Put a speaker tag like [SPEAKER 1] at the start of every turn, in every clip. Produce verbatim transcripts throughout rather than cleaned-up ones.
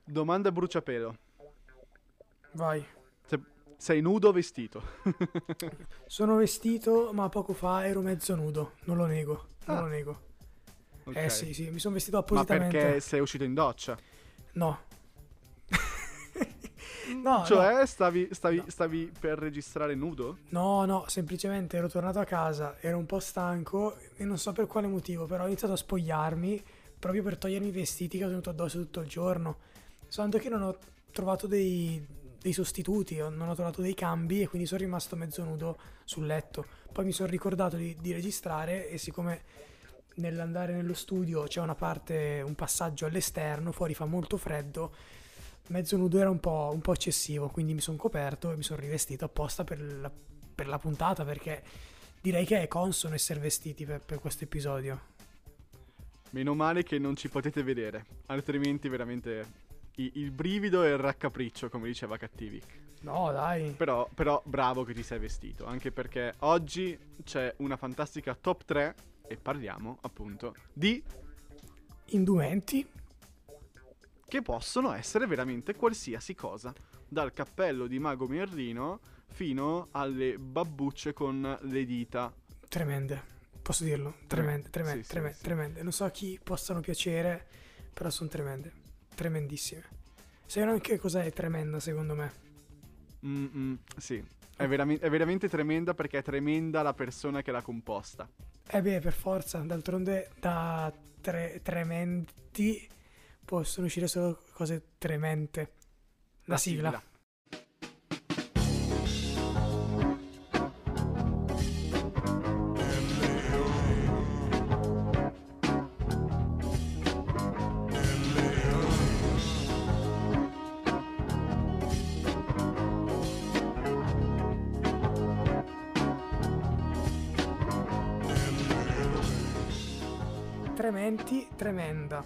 [SPEAKER 1] Domanda bruciapelo.
[SPEAKER 2] Vai.
[SPEAKER 1] Se- sei nudo o vestito?
[SPEAKER 2] Sono vestito, ma poco fa ero mezzo nudo. Non lo nego, non
[SPEAKER 1] Ah,
[SPEAKER 2] lo nego.
[SPEAKER 1] ok.
[SPEAKER 2] Eh sì, sì, mi sono vestito
[SPEAKER 1] Ma
[SPEAKER 2] appositamente.
[SPEAKER 1] perché sei uscito in doccia?
[SPEAKER 2] No.
[SPEAKER 1] Mm,
[SPEAKER 2] No, no.
[SPEAKER 1] Cioè, stavi, stavi,
[SPEAKER 2] No.
[SPEAKER 1] stavi per registrare nudo?
[SPEAKER 2] No, no, semplicemente ero tornato a casa, ero un po' stanco e non so per quale motivo, però ho iniziato a spogliarmi proprio per togliermi i vestiti che ho tenuto addosso tutto il giorno. Soltanto che non ho trovato dei, dei sostituti, ho- non ho trovato dei cambi e quindi sono rimasto mezzo nudo sul letto. Poi mi sono ricordato di, di registrare e siccome nell'andare nello studio c'è una parte, un passaggio all'esterno, fuori fa molto freddo, mezzo nudo era un po', un po' eccessivo, quindi mi sono coperto e mi sono rivestito apposta per la, per la puntata, perché direi che è consono essere vestiti per, per questo episodio.
[SPEAKER 1] Meno male che non ci potete vedere, altrimenti veramente i- il brivido e il raccapriccio, come diceva Cattivi.
[SPEAKER 2] No, dai.
[SPEAKER 1] Però, però bravo che ti sei vestito, anche perché oggi c'è una fantastica top tre e parliamo appunto di
[SPEAKER 2] Indumenti?
[SPEAKER 1] che possono essere veramente qualsiasi cosa, dal cappello di Mago Merlino fino alle babbucce con le dita.
[SPEAKER 2] Tremende. Posso dirlo? Tremende, tremende,
[SPEAKER 1] Sì, sì,
[SPEAKER 2] tremende,
[SPEAKER 1] sì.
[SPEAKER 2] tremende. Non so a chi possano piacere, però sono tremende. Tremendissime. Sai anche cos'è tremenda secondo me?
[SPEAKER 1] Mm-mm, sì, è, verami- è veramente tremenda perché è tremenda la persona che l'ha composta.
[SPEAKER 2] Eh beh, per forza, d'altronde da tre, tremendi possono uscire solo cose tremente. La,
[SPEAKER 1] La
[SPEAKER 2] sigla.
[SPEAKER 1] sigla.
[SPEAKER 2] Trementi, tremenda.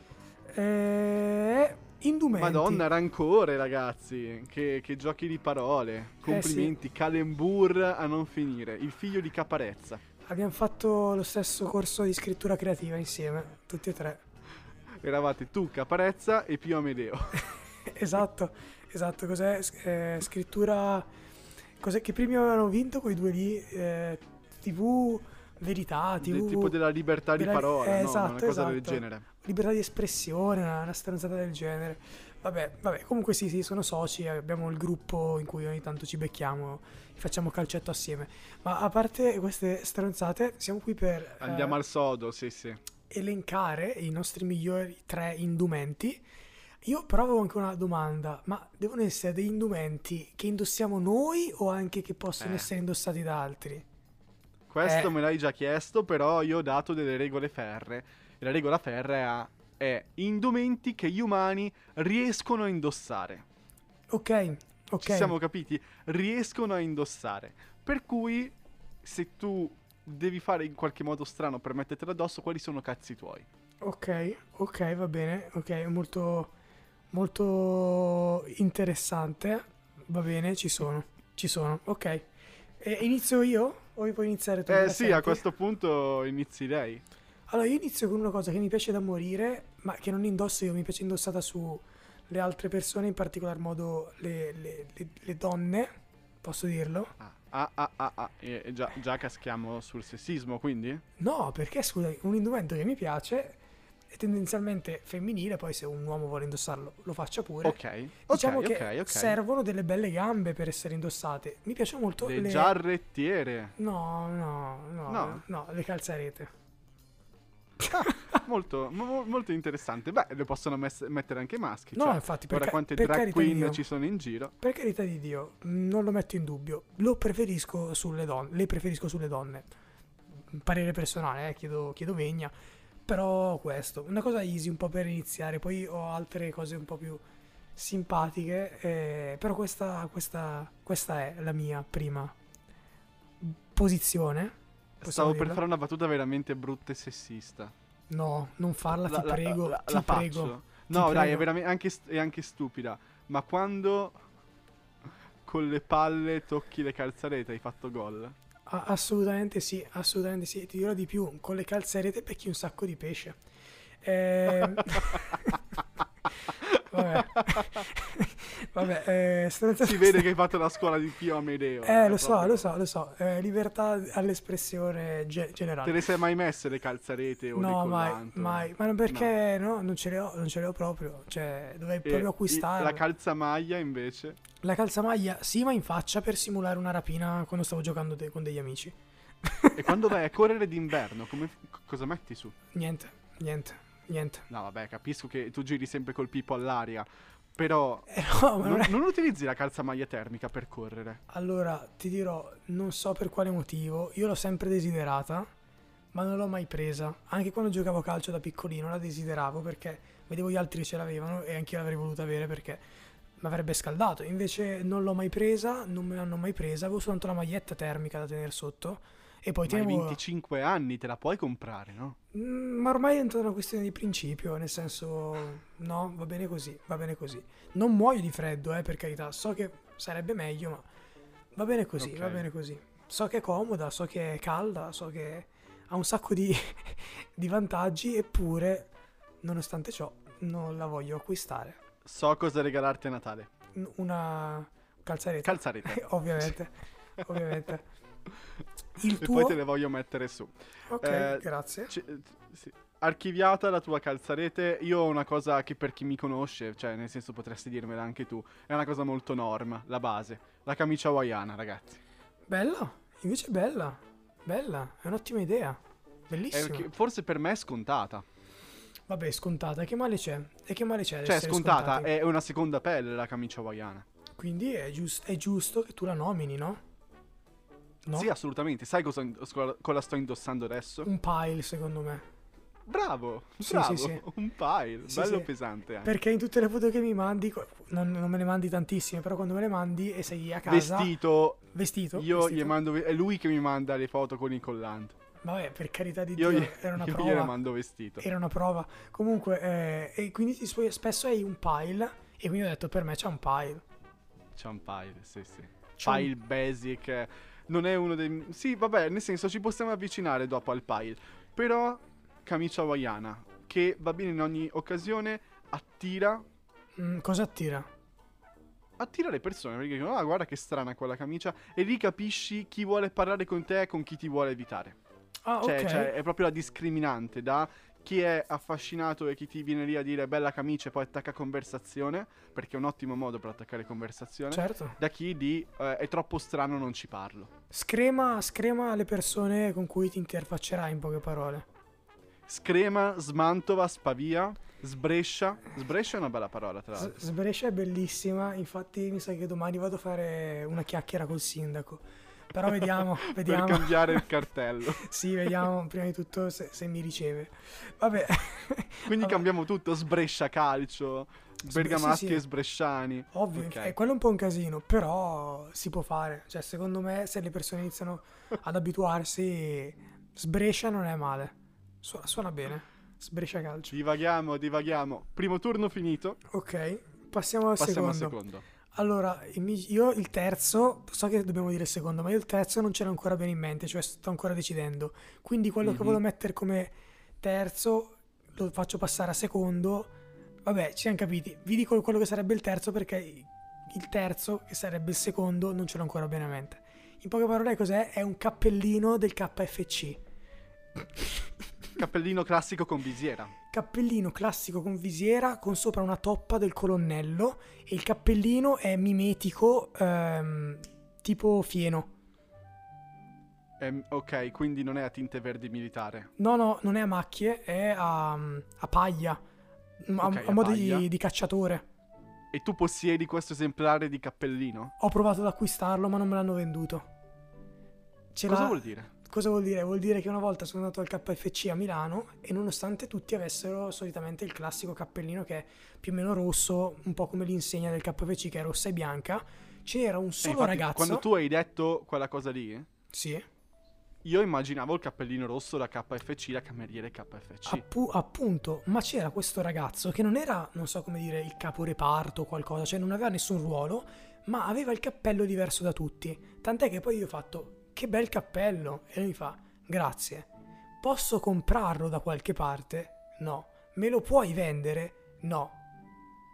[SPEAKER 2] Eh, indumenti.
[SPEAKER 1] Madonna, rancore ragazzi, che, che giochi di parole, complimenti, calembour a non finire, il figlio di Caparezza.
[SPEAKER 2] Abbiamo fatto lo stesso corso di scrittura creativa insieme, tutti e tre.
[SPEAKER 1] Eravate tu, Caparezza e Pio Amedeo.
[SPEAKER 2] Esatto, esatto. Cos'è? S- eh, scrittura. Cos'è che primi avevano vinto quei due lì? Eh, T V Verità, T V.
[SPEAKER 1] Del tipo della libertà di
[SPEAKER 2] della-
[SPEAKER 1] parola,
[SPEAKER 2] eh,
[SPEAKER 1] no?
[SPEAKER 2] esatto,
[SPEAKER 1] Una cosa del
[SPEAKER 2] esatto.
[SPEAKER 1] genere.
[SPEAKER 2] Libertà di espressione, una, una stronzata del genere. Vabbè, vabbè, comunque sì, sì, sono soci, abbiamo il gruppo in cui ogni tanto ci becchiamo e facciamo calcetto assieme. Ma a parte queste stronzate, siamo qui per eh,
[SPEAKER 1] Andiamo al sodo, sì sì.
[SPEAKER 2] elencare i nostri migliori tre indumenti. Io però avevo anche una domanda, ma devono essere degli indumenti che indossiamo noi o anche che possono
[SPEAKER 1] Eh.
[SPEAKER 2] essere indossati da altri?
[SPEAKER 1] Questo
[SPEAKER 2] Eh.
[SPEAKER 1] me l'hai già chiesto, però io ho dato delle regole ferree. E la regola ferrea è indumenti che gli umani riescono a indossare.
[SPEAKER 2] Ok, ok.
[SPEAKER 1] Ci siamo capiti? Riescono a indossare. Per cui, se tu devi fare in qualche modo strano per mettertelo addosso, quali sono cazzi tuoi?
[SPEAKER 2] Ok, ok, va bene, ok, molto, molto interessante, va bene, ci sono, ci sono, ok. E inizio io o puoi iniziare tu?
[SPEAKER 1] Eh
[SPEAKER 2] La
[SPEAKER 1] sì, a
[SPEAKER 2] senti?
[SPEAKER 1] questo punto inizi lei.
[SPEAKER 2] Allora, io inizio con una cosa che mi piace da morire, ma che non indosso io, mi piace indossata su le altre persone, in particolar modo le, le- le- le donne, posso dirlo?
[SPEAKER 1] Ah, ah, ah, ah, ah. E, e già, già caschiamo sul sessismo, quindi?
[SPEAKER 2] No, perché scusa, un indumento che mi piace è tendenzialmente femminile, poi se un uomo vuole indossarlo lo faccia pure.
[SPEAKER 1] Ok,
[SPEAKER 2] Diciamo
[SPEAKER 1] ok,
[SPEAKER 2] che
[SPEAKER 1] ok, ok.
[SPEAKER 2] servono delle belle gambe per essere indossate. Mi piacciono molto
[SPEAKER 1] Le
[SPEAKER 2] le...
[SPEAKER 1] giarrettiere.
[SPEAKER 2] No, no, no,
[SPEAKER 1] No?
[SPEAKER 2] no, le calzarete.
[SPEAKER 1] Molto, mo- molto interessante. Beh, le possono mess- mettere anche i maschi.
[SPEAKER 2] No,
[SPEAKER 1] cioè,
[SPEAKER 2] infatti, per,
[SPEAKER 1] guarda
[SPEAKER 2] ca-
[SPEAKER 1] quante
[SPEAKER 2] per
[SPEAKER 1] drag
[SPEAKER 2] carità di
[SPEAKER 1] queen
[SPEAKER 2] Dio.
[SPEAKER 1] ci sono in giro.
[SPEAKER 2] Per carità di Dio, non lo metto in dubbio. Lo preferisco sulle donne. Le preferisco sulle donne. Parere personale, eh, chiedo, chiedo vegna. Però questo, una cosa easy, un po' per iniziare. Poi ho altre cose un po' più simpatiche. eh, però questa, questa, questa è la mia prima posizione. Possiamo
[SPEAKER 1] Stavo per
[SPEAKER 2] dirla?
[SPEAKER 1] fare una battuta veramente brutta e sessista.
[SPEAKER 2] No, non farla,
[SPEAKER 1] La-
[SPEAKER 2] ti
[SPEAKER 1] la-
[SPEAKER 2] prego.
[SPEAKER 1] la-
[SPEAKER 2] ti
[SPEAKER 1] la
[SPEAKER 2] prego.
[SPEAKER 1] faccio.
[SPEAKER 2] ti
[SPEAKER 1] No, dai, è,
[SPEAKER 2] prego.
[SPEAKER 1] veramente anche, st- è anche stupida. Ma quando con le palle tocchi le calzarete hai fatto gol?
[SPEAKER 2] A- assolutamente sì, assolutamente sì. Ti dirò di più, con le calzarete becchi un sacco di pesce. Ehm, Vabbè, vabbè. Vabbè, eh, stronzate-
[SPEAKER 1] Si vede che hai fatto la scuola di Pio Amedeo.
[SPEAKER 2] Eh,
[SPEAKER 1] è
[SPEAKER 2] lo so,
[SPEAKER 1] proprio-
[SPEAKER 2] lo so, lo so. Eh, libertà all'espressione ge-
[SPEAKER 1] Te
[SPEAKER 2] generale.
[SPEAKER 1] le sei mai messe le calzarete o le
[SPEAKER 2] No, mai,
[SPEAKER 1] collanto?
[SPEAKER 2] mai. Ma non perché, no, non ce le ho, non ce le ho proprio. Cioè, dovrei
[SPEAKER 1] E
[SPEAKER 2] proprio
[SPEAKER 1] i-
[SPEAKER 2] acquistare.
[SPEAKER 1] la calzamaglia invece?
[SPEAKER 2] La calzamaglia, sì, ma in faccia per simulare una rapina quando stavo giocando de- con degli amici.
[SPEAKER 1] E quando vai a correre d'inverno, come, c- cosa metti su?
[SPEAKER 2] Niente, niente, niente.
[SPEAKER 1] No, vabbè, capisco che tu giri sempre col pipo all'aria, però
[SPEAKER 2] Eh, no, ma non
[SPEAKER 1] non,
[SPEAKER 2] è...
[SPEAKER 1] non utilizzi la calzamaglia termica per correre.
[SPEAKER 2] Allora, ti dirò, non so per quale motivo, io l'ho sempre desiderata, ma non l'ho mai presa. Anche quando giocavo a calcio da piccolino la desideravo perché vedevo gli altri che ce l'avevano e anche io l'avrei voluta avere perché mi avrebbe scaldato. Invece non l'ho mai presa, non me l'hanno mai presa, avevo soltanto la maglietta termica da tenere sotto e poi
[SPEAKER 1] Ma hai
[SPEAKER 2] tenevo...
[SPEAKER 1] venticinque anni, te la puoi comprare, no?
[SPEAKER 2] Mm, ma ormai è diventata una questione di principio, nel senso, no, va bene così, va bene così. Non muoio di freddo, eh, per carità, so che sarebbe meglio, ma va bene così,
[SPEAKER 1] Ok.
[SPEAKER 2] va bene così. So che è comoda, so che è calda, so che ha un sacco di, di vantaggi, eppure, nonostante ciò, non la voglio acquistare.
[SPEAKER 1] So cosa regalarti a Natale.
[SPEAKER 2] N- Una calzarete,
[SPEAKER 1] Calzarete.
[SPEAKER 2] ovviamente, ovviamente. Il
[SPEAKER 1] E
[SPEAKER 2] tuo...
[SPEAKER 1] poi te le voglio mettere su.
[SPEAKER 2] Ok,
[SPEAKER 1] Eh,
[SPEAKER 2] grazie.
[SPEAKER 1] C- sì. Archiviata la tua calzarete, io ho una cosa che per chi mi conosce, cioè nel senso potresti dirmela anche tu, è una cosa molto norma, la base, la camicia hawaiana, ragazzi.
[SPEAKER 2] Bella, invece è bella, bella, è un'ottima idea,
[SPEAKER 1] È
[SPEAKER 2] bellissima.
[SPEAKER 1] che forse per me è scontata.
[SPEAKER 2] Vabbè, scontata, che male c'è? E che male c'è ad
[SPEAKER 1] Cioè,
[SPEAKER 2] essere
[SPEAKER 1] scontata,
[SPEAKER 2] scontati?
[SPEAKER 1] è una seconda pelle la camicia hawaiana.
[SPEAKER 2] Quindi è, giust- è giusto che tu la nomini, no? No?
[SPEAKER 1] Sì, assolutamente. Sai cosa, cosa sto indossando adesso?
[SPEAKER 2] Un pile, secondo me.
[SPEAKER 1] Bravo,
[SPEAKER 2] Sì,
[SPEAKER 1] bravo,
[SPEAKER 2] sì, sì.
[SPEAKER 1] un pile,
[SPEAKER 2] Sì,
[SPEAKER 1] bello
[SPEAKER 2] sì.
[SPEAKER 1] pesante anche.
[SPEAKER 2] Perché in tutte le foto che mi mandi, co- non, non me ne mandi tantissime, però quando me le mandi e sei a casa...
[SPEAKER 1] Vestito,
[SPEAKER 2] Vestito?
[SPEAKER 1] io
[SPEAKER 2] vestito.
[SPEAKER 1] gli mando, è lui che mi manda le foto con il collante.
[SPEAKER 2] Vabbè, per carità di
[SPEAKER 1] Io,
[SPEAKER 2] Dio,
[SPEAKER 1] gli,
[SPEAKER 2] era una
[SPEAKER 1] io
[SPEAKER 2] prova.
[SPEAKER 1] gliene mando vestito.
[SPEAKER 2] Era una prova. Comunque, eh, e quindi ti sp- spesso hai un pile, e quindi ho detto per me c'è un pile.
[SPEAKER 1] C'è un pile, sì sì.
[SPEAKER 2] C'è un-
[SPEAKER 1] Pile basic, eh, non è uno dei... Sì, vabbè, nel senso ci possiamo avvicinare dopo al pile. Però camicia hawaiana, che va bene in ogni occasione, attira...
[SPEAKER 2] Mm, cosa attira?
[SPEAKER 1] Attira le persone perché dicono, ah guarda che strana quella camicia. E lì capisci chi vuole parlare con te e con chi ti vuole evitare.
[SPEAKER 2] Ah,
[SPEAKER 1] Cioè,
[SPEAKER 2] ok.
[SPEAKER 1] cioè, è proprio la discriminante da chi è affascinato e chi ti viene lì a dire bella camicia e poi attacca conversazione, perché è un ottimo modo per attaccare conversazione,
[SPEAKER 2] Certo.
[SPEAKER 1] da chi di eh, è troppo strano, non ci parlo.
[SPEAKER 2] Screma, screma le persone con cui ti interfaccerai, in poche parole.
[SPEAKER 1] Screma, smantova, spavia, sbrescia. Sbrescia è una bella parola, tra
[SPEAKER 2] S-
[SPEAKER 1] l'altro.
[SPEAKER 2] Sbrescia è bellissima, infatti mi sa che domani vado a fare una chiacchiera col sindaco. Però vediamo,
[SPEAKER 1] Per
[SPEAKER 2] vediamo.
[SPEAKER 1] cambiare il cartello.
[SPEAKER 2] Sì, vediamo prima di tutto se, se mi riceve. Vabbè.
[SPEAKER 1] Quindi
[SPEAKER 2] Vabbè.
[SPEAKER 1] cambiamo tutto, sbrescia calcio, bergamaschi
[SPEAKER 2] sì, sì.
[SPEAKER 1] e sbresciani.
[SPEAKER 2] Ovvio,
[SPEAKER 1] Ok.
[SPEAKER 2] è quello un po' un casino, però si può fare. Cioè, secondo me, se le persone iniziano ad abituarsi, sbrescia non è male. Suona, suona bene. Sbrescia calcio.
[SPEAKER 1] Divaghiamo, divaghiamo. Primo turno finito,
[SPEAKER 2] Ok, passiamo al
[SPEAKER 1] passiamo
[SPEAKER 2] secondo.
[SPEAKER 1] al secondo.
[SPEAKER 2] Allora, i mi- io il terzo, so che dobbiamo dire il secondo, ma io il terzo non ce l'ho ancora bene in mente, cioè sto ancora decidendo. Quindi quello che
[SPEAKER 1] Mhm.
[SPEAKER 2] volevo mettere come terzo lo faccio passare a secondo. Vabbè, ci siamo capiti. Vi dico quello che sarebbe il terzo perché il terzo, che sarebbe il secondo, non ce l'ho ancora bene a mente. In poche parole, cos'è? È un cappellino del K F C.
[SPEAKER 1] Cappellino classico con visiera.
[SPEAKER 2] Cappellino classico con visiera con sopra una toppa del colonnello e il cappellino è mimetico, ehm, tipo fieno.
[SPEAKER 1] Ehm, ok, quindi non è a tinte verdi militare.
[SPEAKER 2] No, no, non è a macchie, è a, a paglia, a,
[SPEAKER 1] Ok,
[SPEAKER 2] a
[SPEAKER 1] a
[SPEAKER 2] modo
[SPEAKER 1] paglia.
[SPEAKER 2] di, di cacciatore.
[SPEAKER 1] E tu possiedi questo esemplare di cappellino?
[SPEAKER 2] Ho provato ad acquistarlo ma non me l'hanno venduto. Ce
[SPEAKER 1] Cosa
[SPEAKER 2] l'ha-
[SPEAKER 1] vuol dire?
[SPEAKER 2] Cosa vuol dire? Vuol dire che una volta sono andato al K F C a Milano e nonostante tutti avessero solitamente il classico cappellino che è più o meno rosso, un po' come l'insegna del K F C che è rossa e bianca, ce n'era un
[SPEAKER 1] Eh,
[SPEAKER 2] solo
[SPEAKER 1] infatti,
[SPEAKER 2] ragazzo.
[SPEAKER 1] quando tu hai detto quella cosa lì,
[SPEAKER 2] Sì,
[SPEAKER 1] io immaginavo il cappellino rosso da K F C, la cameriere K F C.
[SPEAKER 2] appu- appunto, ma c'era questo ragazzo che non era, non so come dire, il caporeparto o qualcosa, cioè non aveva nessun ruolo, ma aveva il cappello diverso da tutti. Tant'è che poi io ho fatto, che bel cappello, e lui mi fa, grazie. Posso comprarlo da qualche parte? No. Me lo puoi vendere? No.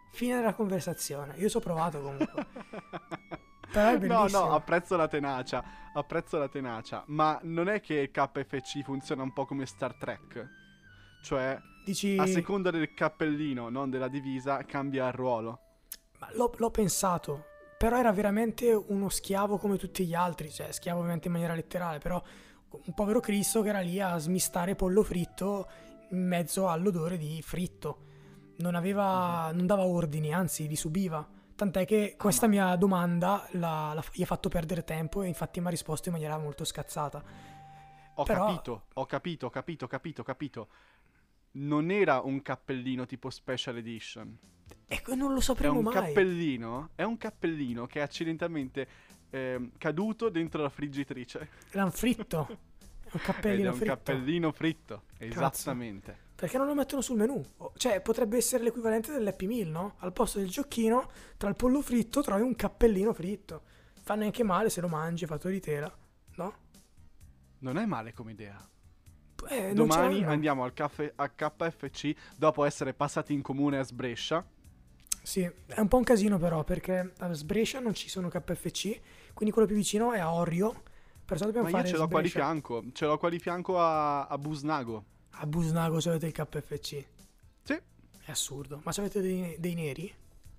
[SPEAKER 2] Fine della conversazione. Io ci ho provato comunque. Però è
[SPEAKER 1] No,
[SPEAKER 2] bellissimo.
[SPEAKER 1] no, apprezzo la tenacia, apprezzo la tenacia, ma non è che il K F C funziona un po' come Star Trek? Cioè,
[SPEAKER 2] Dici...
[SPEAKER 1] a seconda del cappellino, non della divisa, cambia il ruolo.
[SPEAKER 2] Ma l'ho, l'ho pensato, però era veramente uno schiavo come tutti gli altri, cioè schiavo ovviamente in maniera letterale, però un povero Cristo che era lì a smistare pollo fritto in mezzo all'odore di fritto. Non aveva, non dava ordini, anzi li subiva. Tant'è che questa mia domanda la, la- gli ha fatto perdere tempo e infatti mi ha risposto in maniera molto scazzata.
[SPEAKER 1] Ho
[SPEAKER 2] Però-
[SPEAKER 1] capito, ho capito, ho capito, ho capito, ho capito. Non era un cappellino tipo Special Edition.
[SPEAKER 2] Ecco, non lo
[SPEAKER 1] È
[SPEAKER 2] sapremo
[SPEAKER 1] un
[SPEAKER 2] mai.
[SPEAKER 1] cappellino, è un cappellino che è accidentalmente ehm, caduto dentro la friggitrice.
[SPEAKER 2] Era un fritto. È un
[SPEAKER 1] Ed
[SPEAKER 2] cappellino
[SPEAKER 1] è un
[SPEAKER 2] fritto.
[SPEAKER 1] cappellino fritto, esattamente.
[SPEAKER 2] Perché non lo mettono sul menù? O- Cioè, potrebbe essere l'equivalente dell'Happy Meal, no? Al posto del giochino, tra il pollo fritto trovi un cappellino fritto. Fa neanche male se lo mangi, fatto di tela, no?
[SPEAKER 1] Non è male come idea.
[SPEAKER 2] Eh, non ce
[SPEAKER 1] Domani
[SPEAKER 2] l'hanno.
[SPEAKER 1] andiamo al caffè- a K F C dopo essere passati in comune a Sbrescia.
[SPEAKER 2] Sì, è un po' un casino però, perché a Sbrescia non ci sono K F C, quindi quello più vicino è a Orio. Perciò dobbiamo
[SPEAKER 1] Ma io
[SPEAKER 2] fare
[SPEAKER 1] ce l'ho qua di
[SPEAKER 2] Sbrescia.
[SPEAKER 1] fianco. Ce l'ho qua di fianco a, a Busnago.
[SPEAKER 2] A Busnago se avete il K F C.
[SPEAKER 1] Sì.
[SPEAKER 2] È assurdo. Ma se avete dei, dei neri?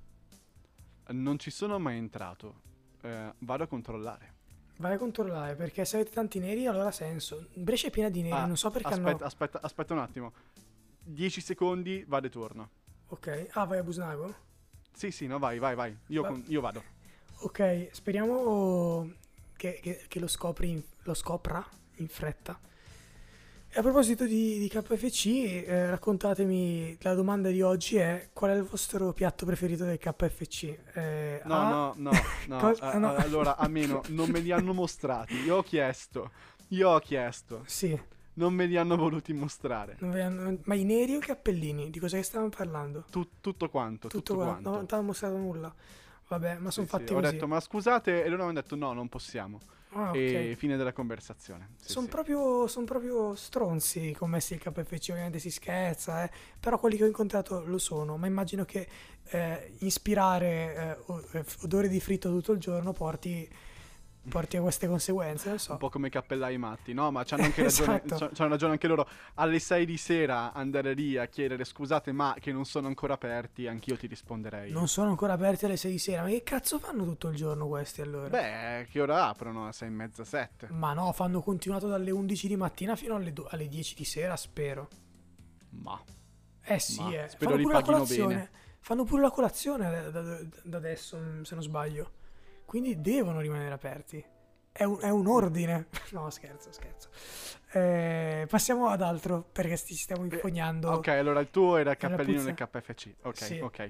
[SPEAKER 1] Non ci sono mai entrato. Eh, vado a controllare.
[SPEAKER 2] Vai a controllare, perché se avete tanti neri allora ha senso. Brescia è piena di neri,
[SPEAKER 1] Ah,
[SPEAKER 2] non so perché
[SPEAKER 1] aspetta,
[SPEAKER 2] hanno...
[SPEAKER 1] aspetta, aspetta un attimo. dieci secondi, vado e torno.
[SPEAKER 2] Ok, ah vai a Busnago?
[SPEAKER 1] Sì, sì, no, vai, vai, vai. Io,
[SPEAKER 2] Va-
[SPEAKER 1] con- io vado.
[SPEAKER 2] Ok, speriamo che, che- che lo, scopri in- lo scopra in fretta. E a proposito di, di K F C, eh, raccontatemi, la domanda di oggi è: qual è il vostro piatto preferito del K F C? Eh,
[SPEAKER 1] No,
[SPEAKER 2] A-
[SPEAKER 1] no, no, no.
[SPEAKER 2] Cosa-
[SPEAKER 1] eh,
[SPEAKER 2] no.
[SPEAKER 1] eh, allora, a meno, non me li hanno mostrati. Io ho chiesto. Io ho chiesto.
[SPEAKER 2] Sì,
[SPEAKER 1] Non me li hanno voluti mostrare.
[SPEAKER 2] non vi hanno- ma i neri o i cappellini? Di cosa che stavamo parlando?
[SPEAKER 1] Tu- tutto quanto, tutto,
[SPEAKER 2] qua-
[SPEAKER 1] quanto.
[SPEAKER 2] no, non ti hanno mostrato nulla. Vabbè, ma sono
[SPEAKER 1] Sì, sì,
[SPEAKER 2] fatti
[SPEAKER 1] ho
[SPEAKER 2] così.
[SPEAKER 1] detto, ma scusate, e loro mi hanno detto no, non possiamo.
[SPEAKER 2] Ah, ok.
[SPEAKER 1] E fine della conversazione. Sì,
[SPEAKER 2] Sono
[SPEAKER 1] sì.
[SPEAKER 2] proprio, son proprio stronzi commessi il K F C, ovviamente si scherza, eh. Però quelli che ho incontrato lo sono, ma immagino che eh, ispirare eh, o- eh, odore di fritto tutto il giorno porti, porti a queste conseguenze, non so.
[SPEAKER 1] Un po' come i cappellai matti, no? Ma c'hanno anche ragione,
[SPEAKER 2] Esatto.
[SPEAKER 1] c'ha- c'hanno ragione anche loro. Alle sei di sera andare lì a chiedere scusate, ma che non sono ancora aperti, anch'io ti risponderei.
[SPEAKER 2] Non sono ancora aperti alle sei di sera, ma che cazzo fanno tutto il giorno questi allora?
[SPEAKER 1] Beh, che ora aprono? A sei e mezza, sette.
[SPEAKER 2] Ma no, fanno continuato dalle undici di mattina fino alle, do- alle dieci di sera, spero.
[SPEAKER 1] Ma
[SPEAKER 2] Eh sì,
[SPEAKER 1] Ma
[SPEAKER 2] eh.
[SPEAKER 1] spero
[SPEAKER 2] Fanno
[SPEAKER 1] li
[SPEAKER 2] pure la
[SPEAKER 1] paghino
[SPEAKER 2] colazione.
[SPEAKER 1] bene.
[SPEAKER 2] Fanno pure la colazione da, da- da adesso, mm, se non sbaglio. Quindi devono rimanere aperti. È un, è un ordine. No, scherzo, scherzo. Eh, passiamo ad altro, perché ci stiamo infognando.
[SPEAKER 1] ok, allora il tuo era il
[SPEAKER 2] È la
[SPEAKER 1] cappellino
[SPEAKER 2] puzza.
[SPEAKER 1] del K F C. Ok,
[SPEAKER 2] Sì.
[SPEAKER 1] ok.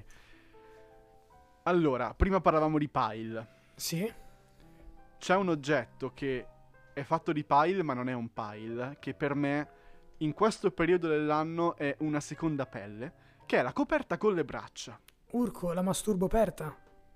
[SPEAKER 1] Allora, prima parlavamo di pile.
[SPEAKER 2] Sì?
[SPEAKER 1] C'è un oggetto che è fatto di pile, ma non è un pile, che per me in questo periodo dell'anno è una seconda pelle, che è la coperta con le braccia.
[SPEAKER 2] Urco, la masturbo aperta.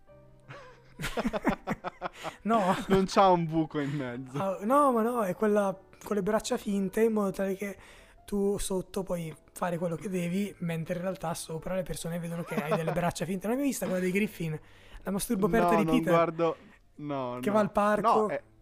[SPEAKER 2] No.
[SPEAKER 1] Non c'ha un buco in mezzo.
[SPEAKER 2] Ah, no, ma no, è quella con le braccia finte in modo tale che tu sotto puoi fare quello che devi, mentre in realtà sopra le persone vedono che hai delle braccia finte. Non hai mai vista quella dei Griffin? La masturbo aperta
[SPEAKER 1] no,
[SPEAKER 2] di
[SPEAKER 1] non
[SPEAKER 2] Peter?
[SPEAKER 1] guardo. No,
[SPEAKER 2] Che
[SPEAKER 1] no.
[SPEAKER 2] va al parco.
[SPEAKER 1] No, è...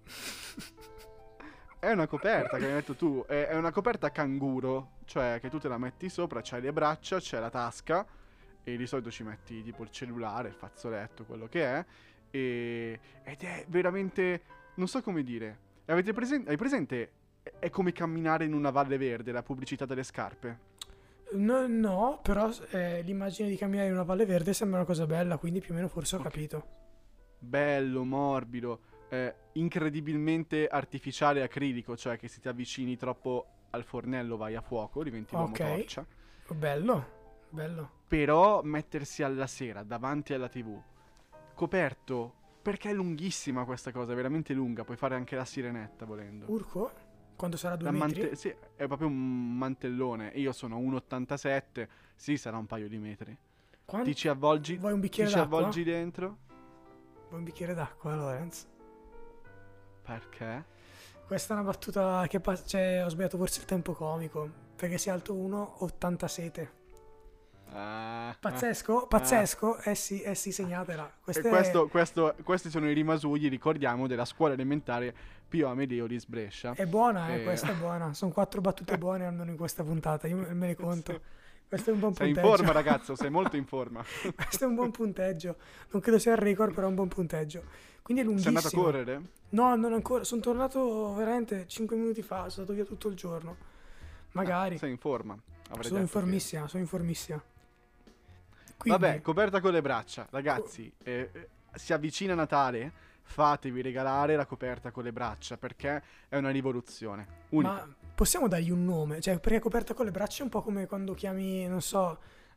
[SPEAKER 1] è una coperta che hai detto tu. È, è una coperta canguro. Cioè che tu te la metti sopra, c'hai le braccia, c'è la tasca. E di solito ci metti tipo il cellulare, il fazzoletto, quello che è. E... Ed è veramente. Non so come dire. Avete presen- hai presente? È- È come camminare in una valle verde, la pubblicità delle scarpe.
[SPEAKER 2] No, no, però eh, l'immagine di camminare in una valle verde sembra una cosa bella, quindi più o meno forse ho
[SPEAKER 1] Ok.
[SPEAKER 2] capito.
[SPEAKER 1] Bello, morbido, eh, incredibilmente artificiale e acrilico, cioè che se ti avvicini troppo al fornello vai a fuoco, diventi l'uomo
[SPEAKER 2] Ok.
[SPEAKER 1] torcia.
[SPEAKER 2] Bello, bello.
[SPEAKER 1] Però mettersi alla sera davanti alla tivù, coperto, perché è lunghissima questa cosa, è veramente lunga, puoi fare anche la sirenetta volendo.
[SPEAKER 2] Urco? Quando sarà due
[SPEAKER 1] La
[SPEAKER 2] metri?
[SPEAKER 1] mante- sì, è proprio un mantellone, e io sono uno e ottantasette, sì, sarà un paio di metri.
[SPEAKER 2] Quan-
[SPEAKER 1] Ti ci avvolgi,
[SPEAKER 2] Vuoi un
[SPEAKER 1] ti
[SPEAKER 2] bicchiere
[SPEAKER 1] ci
[SPEAKER 2] d'acqua?
[SPEAKER 1] avvolgi dentro,
[SPEAKER 2] Vuoi un bicchiere d'acqua, Lorenz?
[SPEAKER 1] perché?
[SPEAKER 2] Questa è una battuta che pa- cioè, ho sbagliato forse il tempo comico, perché sei alto uno e ottantasette.
[SPEAKER 1] Ah,
[SPEAKER 2] Pazzesco,
[SPEAKER 1] ah,
[SPEAKER 2] pazzesco. Eh sì, eh sì, segnatela.
[SPEAKER 1] ah.
[SPEAKER 2] Queste...
[SPEAKER 1] E questo, questo- questi sono i rimasugli, ricordiamo, della scuola elementare Pio Amelioris Brescia.
[SPEAKER 2] È buona, eh,
[SPEAKER 1] E...
[SPEAKER 2] questa è buona. Sono quattro battute buone almeno in questa puntata, io me me le conto.
[SPEAKER 1] Sì.
[SPEAKER 2] Questo è un buon
[SPEAKER 1] Sei in
[SPEAKER 2] punteggio.
[SPEAKER 1] forma, ragazzo, sei molto in forma.
[SPEAKER 2] Questo è un buon punteggio. Non credo sia il record, però è un buon punteggio. Quindi è
[SPEAKER 1] Sei andato a
[SPEAKER 2] lunghissimo.
[SPEAKER 1] correre?
[SPEAKER 2] No, non ancora. Sono tornato veramente cinque minuti fa. Sono stato via tutto il giorno. Magari.
[SPEAKER 1] Sei in forma. Avrei
[SPEAKER 2] Sono
[SPEAKER 1] detto
[SPEAKER 2] informissima, sono informissima.
[SPEAKER 1] che-
[SPEAKER 2] Quindi,
[SPEAKER 1] Vabbè, coperta con le braccia. Ragazzi, eh, eh, si avvicina Natale, fatevi regalare la coperta con le braccia, perché è una rivoluzione. Unica.
[SPEAKER 2] ma possiamo dargli un nome? Cioè, perché coperta con le braccia è un po' come quando chiami, non so,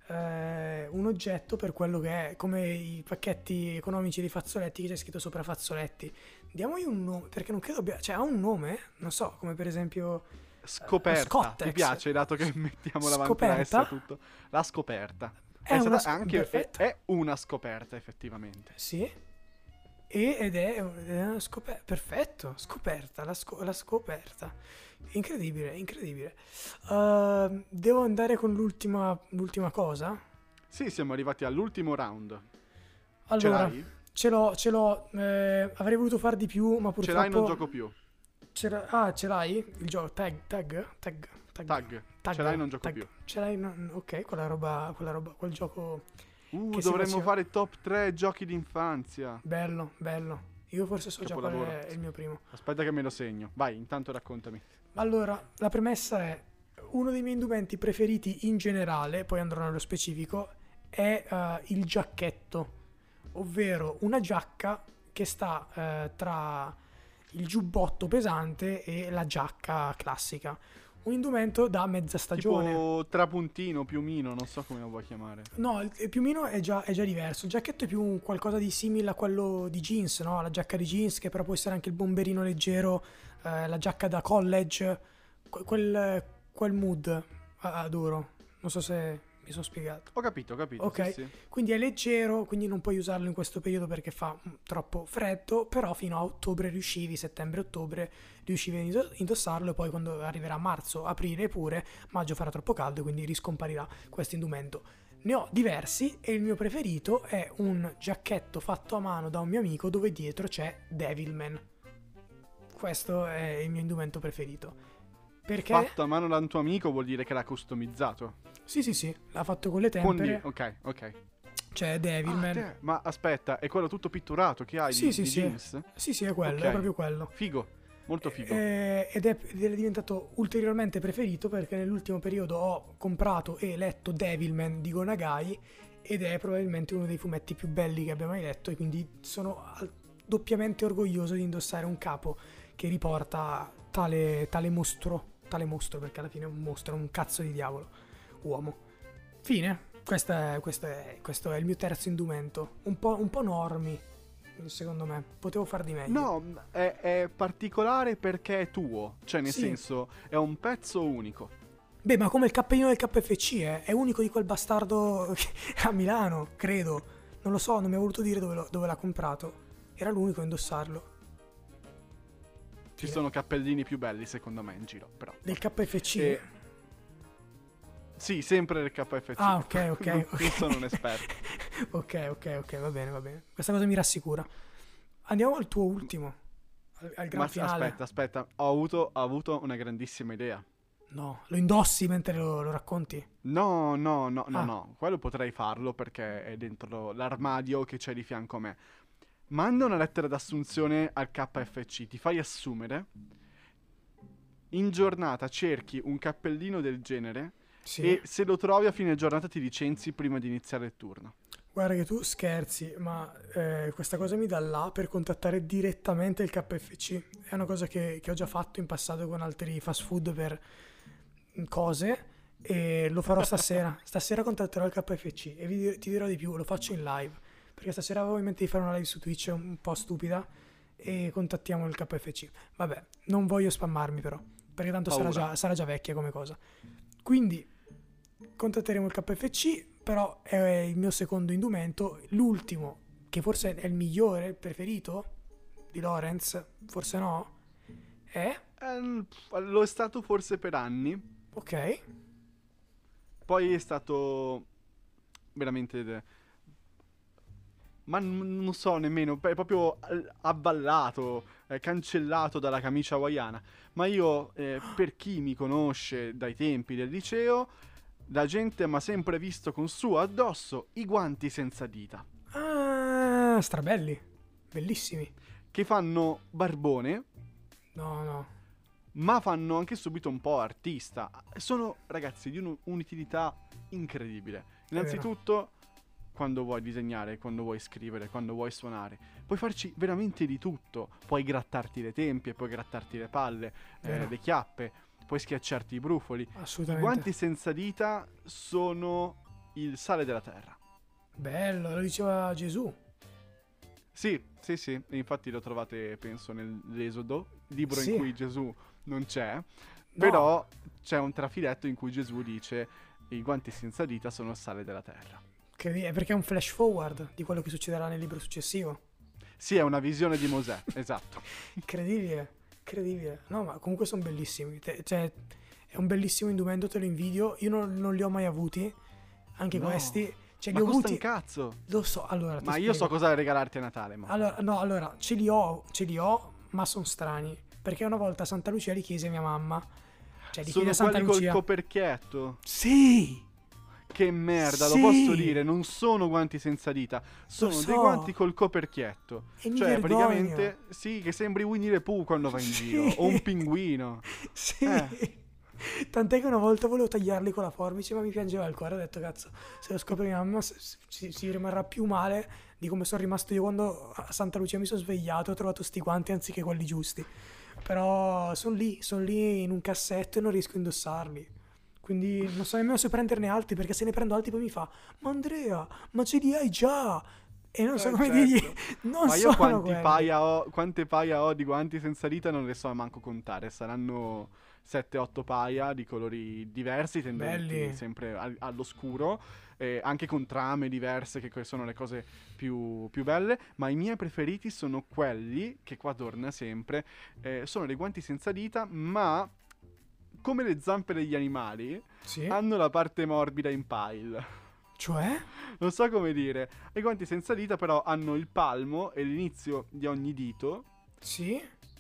[SPEAKER 2] eh, un oggetto per quello che è, come i pacchetti economici dei fazzoletti che c'è scritto sopra fazzoletti. Diamogli un nome, perché non credo abbia... Cioè, ha un nome? Non so, come per esempio...
[SPEAKER 1] Scoperta.
[SPEAKER 2] Scottex.
[SPEAKER 1] Ti piace, dato che mettiamo davanti
[SPEAKER 2] Scoperta?
[SPEAKER 1] la S a tutto? La scoperta.
[SPEAKER 2] È
[SPEAKER 1] È,
[SPEAKER 2] una
[SPEAKER 1] stata
[SPEAKER 2] sc-
[SPEAKER 1] anche è,
[SPEAKER 2] perfetto.
[SPEAKER 1] è una scoperta, effettivamente.
[SPEAKER 2] Sì. E, ed è, ed è una scoperta. Perfetto, scoperta, la, sco- la scoperta. Incredibile, incredibile. Uh, devo andare con l'ultima, l'ultima cosa?
[SPEAKER 1] Sì, siamo arrivati all'ultimo round. Ce
[SPEAKER 2] Allora,
[SPEAKER 1] l'hai?
[SPEAKER 2] ce l'ho, ce l'ho. eh, avrei voluto far di più, ma
[SPEAKER 1] Ce l'hai, non
[SPEAKER 2] purtroppo...
[SPEAKER 1] gioco più.
[SPEAKER 2] ce l'ha- ah, ce l'hai? Il gioco tag, tag, tag, tag.
[SPEAKER 1] Tag. Ce l'hai, non gioco
[SPEAKER 2] tag.
[SPEAKER 1] più.
[SPEAKER 2] Ce l'hai, no- ok, quella roba, quella roba, quel gioco
[SPEAKER 1] Uh,
[SPEAKER 2] che si
[SPEAKER 1] dovremmo
[SPEAKER 2] faceva-
[SPEAKER 1] fare top tre giochi d'infanzia.
[SPEAKER 2] bello, bello. Io forse so già qual
[SPEAKER 1] Capolavoro.
[SPEAKER 2] è il mio primo.
[SPEAKER 1] Aspetta che me lo segno. Vai, intanto raccontami.
[SPEAKER 2] Allora, la premessa è uno dei miei indumenti preferiti in generale, poi andrò nello specifico, è eh, il giacchetto, ovvero una giacca che sta eh, tra il giubbotto pesante e la giacca classica. Un indumento da mezza stagione.
[SPEAKER 1] Tipo trapuntino, piumino, non so come lo vuoi chiamare.
[SPEAKER 2] No, il, il piumino è già, è già diverso. Il giacchetto è più un qualcosa di simile a quello di jeans, no? La giacca di jeans, che però può essere anche il bomberino leggero, eh, la giacca da college, que- quel, quel mood a- adoro. Non so se mi sono spiegato.
[SPEAKER 1] Ho capito, ho capito.
[SPEAKER 2] Ok,
[SPEAKER 1] Sì, sì.
[SPEAKER 2] quindi è leggero, quindi non puoi usarlo in questo periodo perché fa mm, troppo freddo, però fino a ottobre riuscivi, settembre-ottobre riuscivi a indo- indossarlo e poi quando arriverà marzo, aprile pure, maggio farà troppo caldo e quindi riscomparirà questo indumento. Ne ho diversi e il mio preferito è un giacchetto fatto a mano da un mio amico dove dietro c'è Devilman. Questo è il mio indumento preferito. Perché?
[SPEAKER 1] Fatto a mano da un tuo amico vuol dire che l'ha customizzato.
[SPEAKER 2] Sì, sì, sì, l'ha fatto con le
[SPEAKER 1] Con
[SPEAKER 2] tempere.
[SPEAKER 1] gli- Ok, ok.
[SPEAKER 2] C'è
[SPEAKER 1] Ah,
[SPEAKER 2] Devilman.
[SPEAKER 1] te- ma aspetta, è quello tutto pitturato che hai
[SPEAKER 2] Sì,
[SPEAKER 1] di,
[SPEAKER 2] sì,
[SPEAKER 1] di
[SPEAKER 2] sì.
[SPEAKER 1] jeans?
[SPEAKER 2] Sì, sì, è quello,
[SPEAKER 1] Ok.
[SPEAKER 2] è proprio quello.
[SPEAKER 1] Figo, molto figo.
[SPEAKER 2] Eh, ed, è, ed è diventato ulteriormente preferito perché nell'ultimo periodo ho comprato e letto Devilman di Go Nagai ed è probabilmente uno dei fumetti più belli che abbia mai letto e quindi sono al- doppiamente orgoglioso di indossare un capo che riporta tale, tale mostro, tale mostro perché alla fine è un mostro, è un cazzo di diavolo, uomo. Fine, questo è, questo è, questo è il mio terzo indumento, un po', un po' normi secondo me, potevo far di meglio.
[SPEAKER 1] No, è, è particolare perché è tuo. Cioè, nel
[SPEAKER 2] Sì.
[SPEAKER 1] senso, è un pezzo unico.
[SPEAKER 2] Beh, ma come il cappellino del K F C, eh? È unico di quel bastardo a Milano, credo. Non lo so, non mi ha voluto dire dove, lo- dove l'ha comprato. Era l'unico a indossarlo.
[SPEAKER 1] Ci
[SPEAKER 2] Sì.
[SPEAKER 1] sono cappellini più belli, secondo me, in giro. Però.
[SPEAKER 2] Del K F C?
[SPEAKER 1] E- Sì, sempre del K F C.
[SPEAKER 2] Ah, ok, ok.
[SPEAKER 1] non,
[SPEAKER 2] ok.
[SPEAKER 1] non sono un esperto.
[SPEAKER 2] ok, ok, ok, va bene, va bene. Questa cosa mi rassicura. Andiamo al tuo ultimo. Al, al gran
[SPEAKER 1] Ma
[SPEAKER 2] finale.
[SPEAKER 1] aspetta, aspetta. Ho avuto, ho avuto una grandissima idea.
[SPEAKER 2] No, lo indossi mentre lo, lo racconti?
[SPEAKER 1] No, no, no, no,
[SPEAKER 2] Ah.
[SPEAKER 1] no. Quello potrei farlo perché è dentro l'armadio che c'è di fianco a me. Manda una lettera d'assunzione al K F C, ti fai assumere. In giornata cerchi un cappellino del genere
[SPEAKER 2] Sì.
[SPEAKER 1] e se lo trovi a fine giornata ti licenzi prima di iniziare il turno.
[SPEAKER 2] Guarda che tu scherzi, ma eh, questa cosa mi dà là per contattare direttamente il K F C. È una cosa che, che ho già fatto in passato con altri fast food per cose e lo farò stasera. Stasera contatterò il K F C e vi dir- ti dirò di più, lo faccio in live. Perché stasera avevo in mente di fare una live su Twitch un po' stupida e contattiamo il K F C. Vabbè, non voglio spammarmi però, perché tanto sarà
[SPEAKER 1] Paura.
[SPEAKER 2] già, sarà già vecchia come cosa. Quindi contatteremo il K F C, però è il mio secondo indumento, l'ultimo, che forse è il migliore, il preferito di Lorenz, forse no? È?
[SPEAKER 1] Ehm, lo è stato forse per anni,
[SPEAKER 2] Ok,
[SPEAKER 1] poi è stato veramente... de- ma n- non so nemmeno, è proprio eh, avvallato, eh, cancellato dalla camicia hawaiana. Ma io, eh, per chi mi conosce dai tempi del liceo, la gente mi ha sempre visto con su addosso i guanti senza dita,
[SPEAKER 2] Ah, strabelli. Bellissimi.
[SPEAKER 1] che fanno barbone,
[SPEAKER 2] No, no.
[SPEAKER 1] ma fanno anche subito un po' artista. Sono, ragazzi, di un- un'utilità incredibile.
[SPEAKER 2] vero.
[SPEAKER 1] Innanzitutto, quando vuoi disegnare, quando vuoi scrivere, quando vuoi suonare, puoi farci veramente di tutto. Puoi grattarti le tempie, puoi grattarti le palle, eh,
[SPEAKER 2] Vero.
[SPEAKER 1] le chiappe, puoi schiacciarti i brufoli. I
[SPEAKER 2] Assolutamente.
[SPEAKER 1] guanti senza dita sono il sale della terra.
[SPEAKER 2] Bello, lo diceva Gesù.
[SPEAKER 1] Sì, sì, sì, e infatti lo trovate, penso, nell'Esodo, libro
[SPEAKER 2] Sì.
[SPEAKER 1] in cui Gesù non c'è,
[SPEAKER 2] No.
[SPEAKER 1] però c'è un trafiletto in cui Gesù dice i guanti senza dita sono il sale della terra.
[SPEAKER 2] Credi- è perché è un flash forward di quello che succederà nel libro successivo.
[SPEAKER 1] Sì, è una visione di Mosè, esatto.
[SPEAKER 2] Incredibile, incredibile. No, ma comunque sono bellissimi. Te- cioè, è un bellissimo indumento, te lo invidio. Io non, non li ho mai avuti, anche
[SPEAKER 1] No.
[SPEAKER 2] questi. Cioè,
[SPEAKER 1] Ma
[SPEAKER 2] li ho
[SPEAKER 1] costa
[SPEAKER 2] avuti.
[SPEAKER 1] un cazzo.
[SPEAKER 2] Lo so, allora. ti
[SPEAKER 1] Ma io so
[SPEAKER 2] spiego.
[SPEAKER 1] cosa regalarti a Natale, ma...
[SPEAKER 2] Allora, no, allora, ce li ho, ce li ho, ma sono strani. Perché una volta a Santa Lucia li chiesi a mia mamma. Cioè, li chiesi
[SPEAKER 1] sono
[SPEAKER 2] a Santa
[SPEAKER 1] quelli col
[SPEAKER 2] Lucia.
[SPEAKER 1] coperchietto.
[SPEAKER 2] Sì!
[SPEAKER 1] Che merda,
[SPEAKER 2] Sì.
[SPEAKER 1] lo posso dire, non sono guanti senza dita, sono
[SPEAKER 2] so.
[SPEAKER 1] dei guanti col coperchietto.
[SPEAKER 2] E mi
[SPEAKER 1] Cioè,
[SPEAKER 2] vergogno.
[SPEAKER 1] praticamente, sì, che sembri Winnie the Pooh quando vai in
[SPEAKER 2] Sì.
[SPEAKER 1] giro, o un pinguino.
[SPEAKER 2] Sì.
[SPEAKER 1] Eh.
[SPEAKER 2] Tant'è che una volta volevo tagliarli con la forbice, ma mi piangeva il cuore. Ho detto, cazzo, se lo scopre mia mamma s- s- si, si rimarrà più male di come sono rimasto io quando a Santa Lucia mi sono svegliato e ho trovato sti guanti anziché quelli giusti. Però sono lì, sono lì in un cassetto e non riesco a indossarli. Quindi non so nemmeno se prenderne altri, perché se ne prendo altri poi mi fa: ma Andrea, ma ce li hai già? E non so
[SPEAKER 1] Eh,
[SPEAKER 2] come
[SPEAKER 1] certo.
[SPEAKER 2] dirgli, non
[SPEAKER 1] Ma io
[SPEAKER 2] sono
[SPEAKER 1] quanti
[SPEAKER 2] quelli.
[SPEAKER 1] paia ho, quante paia ho di guanti senza dita non le so manco contare. Saranno sette otto paia di colori diversi, tendenti
[SPEAKER 2] Belli.
[SPEAKER 1] sempre al- all'oscuro, eh, anche con trame diverse, che que- sono le cose più, più belle. Ma i miei preferiti sono quelli, che qua torna sempre, eh, sono dei guanti senza dita, ma come le zampe degli animali,
[SPEAKER 2] Sì?
[SPEAKER 1] hanno la parte morbida in pile.
[SPEAKER 2] Cioè?
[SPEAKER 1] Non so come dire. I guanti senza dita però hanno il palmo e l'inizio di ogni dito,
[SPEAKER 2] Sì?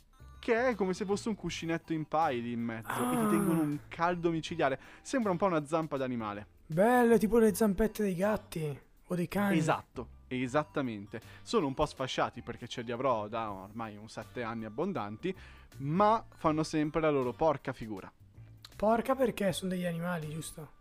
[SPEAKER 1] che è come se fosse un cuscinetto in pile in mezzo, e ti
[SPEAKER 2] Ah.
[SPEAKER 1] tengono un caldo micidiale. Sembra un po' una zampa d'animale.
[SPEAKER 2] Belle, tipo le zampette dei gatti o dei cani.
[SPEAKER 1] Esatto, esattamente. Sono un po' sfasciati perché ce li avrò da ormai un sette anni abbondanti, ma fanno sempre la loro porca figura.
[SPEAKER 2] Porca, perché sono degli animali, giusto?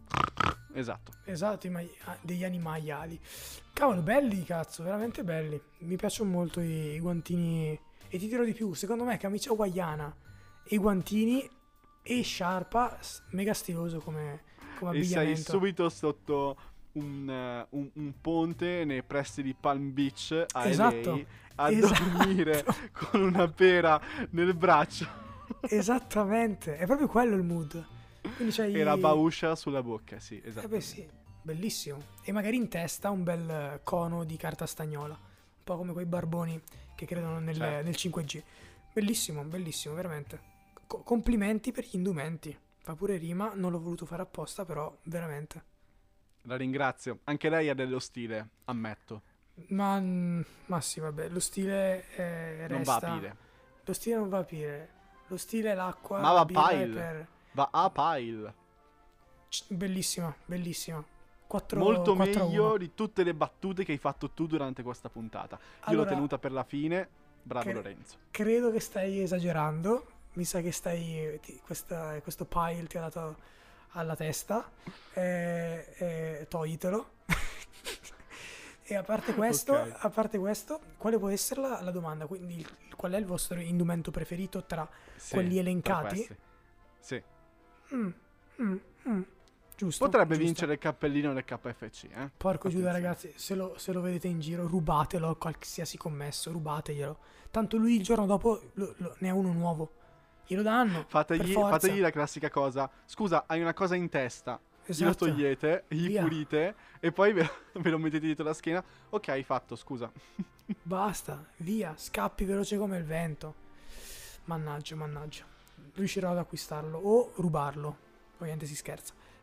[SPEAKER 1] Esatto.
[SPEAKER 2] Esatto, i mai- ah, degli animaiali. Cavolo, belli, cazzo, veramente belli. Mi piacciono molto i, i guantini. E ti dirò di più, secondo me camicia hawaiana e guantini e sciarpa, s- mega stiloso come, come
[SPEAKER 1] E sei
[SPEAKER 2] abbigliamento.
[SPEAKER 1] subito sotto un, eh, un- un ponte nei pressi di Palm Beach a
[SPEAKER 2] Esatto,
[SPEAKER 1] L A a
[SPEAKER 2] esatto.
[SPEAKER 1] dormire con una pera nel braccio
[SPEAKER 2] Esattamente, è proprio quello il mood. Quindi c'hai...
[SPEAKER 1] e la bauscia sulla bocca, sì,
[SPEAKER 2] Eh
[SPEAKER 1] esatto.
[SPEAKER 2] beh sì, bellissimo. E magari in testa un bel eh, cono di carta stagnola. Un po' come quei barboni che credono nel,
[SPEAKER 1] Certo.
[SPEAKER 2] nel cinque G. Bellissimo, bellissimo, veramente. Co- complimenti per gli indumenti. Fa pure rima, non l'ho voluto fare apposta, però veramente.
[SPEAKER 1] La ringrazio. Anche lei ha dello stile, ammetto.
[SPEAKER 2] Ma, mm, ma sì, vabbè, lo stile eh,
[SPEAKER 1] Non va
[SPEAKER 2] resta...
[SPEAKER 1] a pile.
[SPEAKER 2] Lo stile non va a pile. Lo stile è l'acqua,
[SPEAKER 1] Ma va
[SPEAKER 2] la
[SPEAKER 1] a
[SPEAKER 2] birra è
[SPEAKER 1] pile.
[SPEAKER 2] per...
[SPEAKER 1] Va a pile.
[SPEAKER 2] C- Bellissima, bellissima. quattro,
[SPEAKER 1] Molto
[SPEAKER 2] quattro a
[SPEAKER 1] meglio
[SPEAKER 2] uno.
[SPEAKER 1] di tutte le battute che hai fatto tu durante questa puntata. Io
[SPEAKER 2] Allora,
[SPEAKER 1] l'ho tenuta per la fine. Bravo
[SPEAKER 2] che-
[SPEAKER 1] Lorenzo.
[SPEAKER 2] Credo che stai esagerando. Mi sa che stai. Ti, questa, questo pile ti ha dato alla testa. Eh, eh, toglitelo. E a parte questo,
[SPEAKER 1] Ok.
[SPEAKER 2] a parte questo, quale può essere la, la domanda? Quindi, il- qual è il vostro indumento preferito tra
[SPEAKER 1] Sì,
[SPEAKER 2] quelli
[SPEAKER 1] tra
[SPEAKER 2] elencati?
[SPEAKER 1] questi. Sì.
[SPEAKER 2] Mm, mm, mm. Giusto.
[SPEAKER 1] Potrebbe
[SPEAKER 2] giusto.
[SPEAKER 1] vincere il cappellino del K F C, eh?
[SPEAKER 2] Porco Giuda,
[SPEAKER 1] Attenzione.
[SPEAKER 2] ragazzi, se lo, se lo vedete in giro, rubatelo a qualsiasi commesso, rubateglielo. Tanto lui il giorno dopo lo- lo- ne ha uno nuovo. Glielo danno.
[SPEAKER 1] Fategli,
[SPEAKER 2] per forza.
[SPEAKER 1] fategli la classica cosa. Scusa, hai una cosa in testa. Glielo
[SPEAKER 2] Esatto.
[SPEAKER 1] togliete, gli
[SPEAKER 2] Via.
[SPEAKER 1] pulite e poi ve, ve lo mettete dietro la schiena. Ok, fatto, scusa.
[SPEAKER 2] Basta, via, scappi veloce come il vento. Mannaggia, mannaggia. Riuscirò ad acquistarlo o rubarlo. Ovviamente si scherza.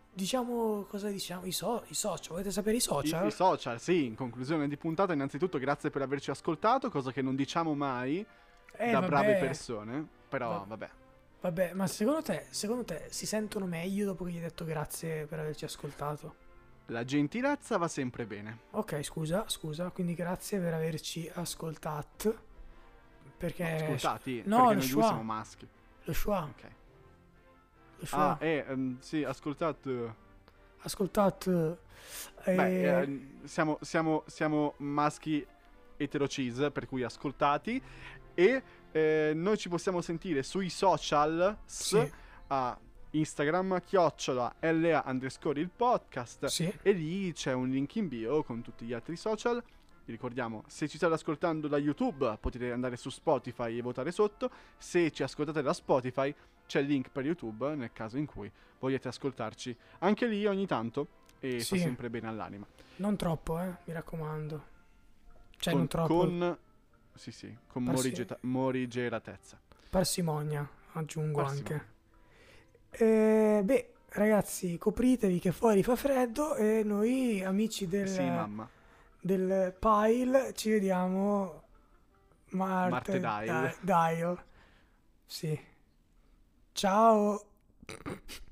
[SPEAKER 2] diciamo, cosa diciamo? I, so- i social, volete sapere i
[SPEAKER 1] I,
[SPEAKER 2] social?
[SPEAKER 1] I social, sì, in conclusione di puntata, innanzitutto grazie per averci ascoltato, cosa che non diciamo mai
[SPEAKER 2] Eh,
[SPEAKER 1] da brave
[SPEAKER 2] vabbè,
[SPEAKER 1] persone, però
[SPEAKER 2] va-
[SPEAKER 1] vabbè.
[SPEAKER 2] vabbè, ma secondo te, secondo te si sentono meglio dopo che gli hai detto grazie per averci ascoltato?
[SPEAKER 1] La gentilezza va sempre bene.
[SPEAKER 2] Ok, scusa, scusa, quindi grazie per averci ascoltato.
[SPEAKER 1] No,
[SPEAKER 2] Perché...
[SPEAKER 1] ascoltati,
[SPEAKER 2] No,
[SPEAKER 1] perché
[SPEAKER 2] lo
[SPEAKER 1] noi due siamo
[SPEAKER 2] schwa,
[SPEAKER 1] maschi.
[SPEAKER 2] lo schwa,
[SPEAKER 1] Ok.
[SPEAKER 2] lo
[SPEAKER 1] Ah,
[SPEAKER 2] schwa.
[SPEAKER 1] eh, ehm, sì, ascoltate.
[SPEAKER 2] Ascoltato.
[SPEAKER 1] Beh,
[SPEAKER 2] Eh,
[SPEAKER 1] eh, siamo, siamo, siamo maschi eterocis, per cui ascoltati. E eh, noi ci possiamo sentire sui social
[SPEAKER 2] sì,
[SPEAKER 1] a Instagram, chiocciola LA underscore il podcast.
[SPEAKER 2] sì,
[SPEAKER 1] E lì c'è un link in bio con tutti gli altri social. Vi ricordiamo, se ci state ascoltando da YouTube potete andare su Spotify e votare sotto. Se ci ascoltate da Spotify c'è il link per YouTube nel caso in cui vogliate ascoltarci anche lì ogni tanto e fa
[SPEAKER 2] sì.
[SPEAKER 1] sempre bene all'anima.
[SPEAKER 2] Non troppo, eh, mi raccomando. Cioè,
[SPEAKER 1] Con,
[SPEAKER 2] non troppo.
[SPEAKER 1] con sì sì, con
[SPEAKER 2] Parsi-
[SPEAKER 1] morigeta- morigeratezza.
[SPEAKER 2] Parsimonia, aggiungo
[SPEAKER 1] Parsimonia.
[SPEAKER 2] anche. Eh, beh, ragazzi, copritevi che fuori fa freddo e noi, amici del,
[SPEAKER 1] Sì, mamma.
[SPEAKER 2] del Pile, ci vediamo Marte
[SPEAKER 1] Martedile.
[SPEAKER 2] Di- Dial. Sì. Ciao.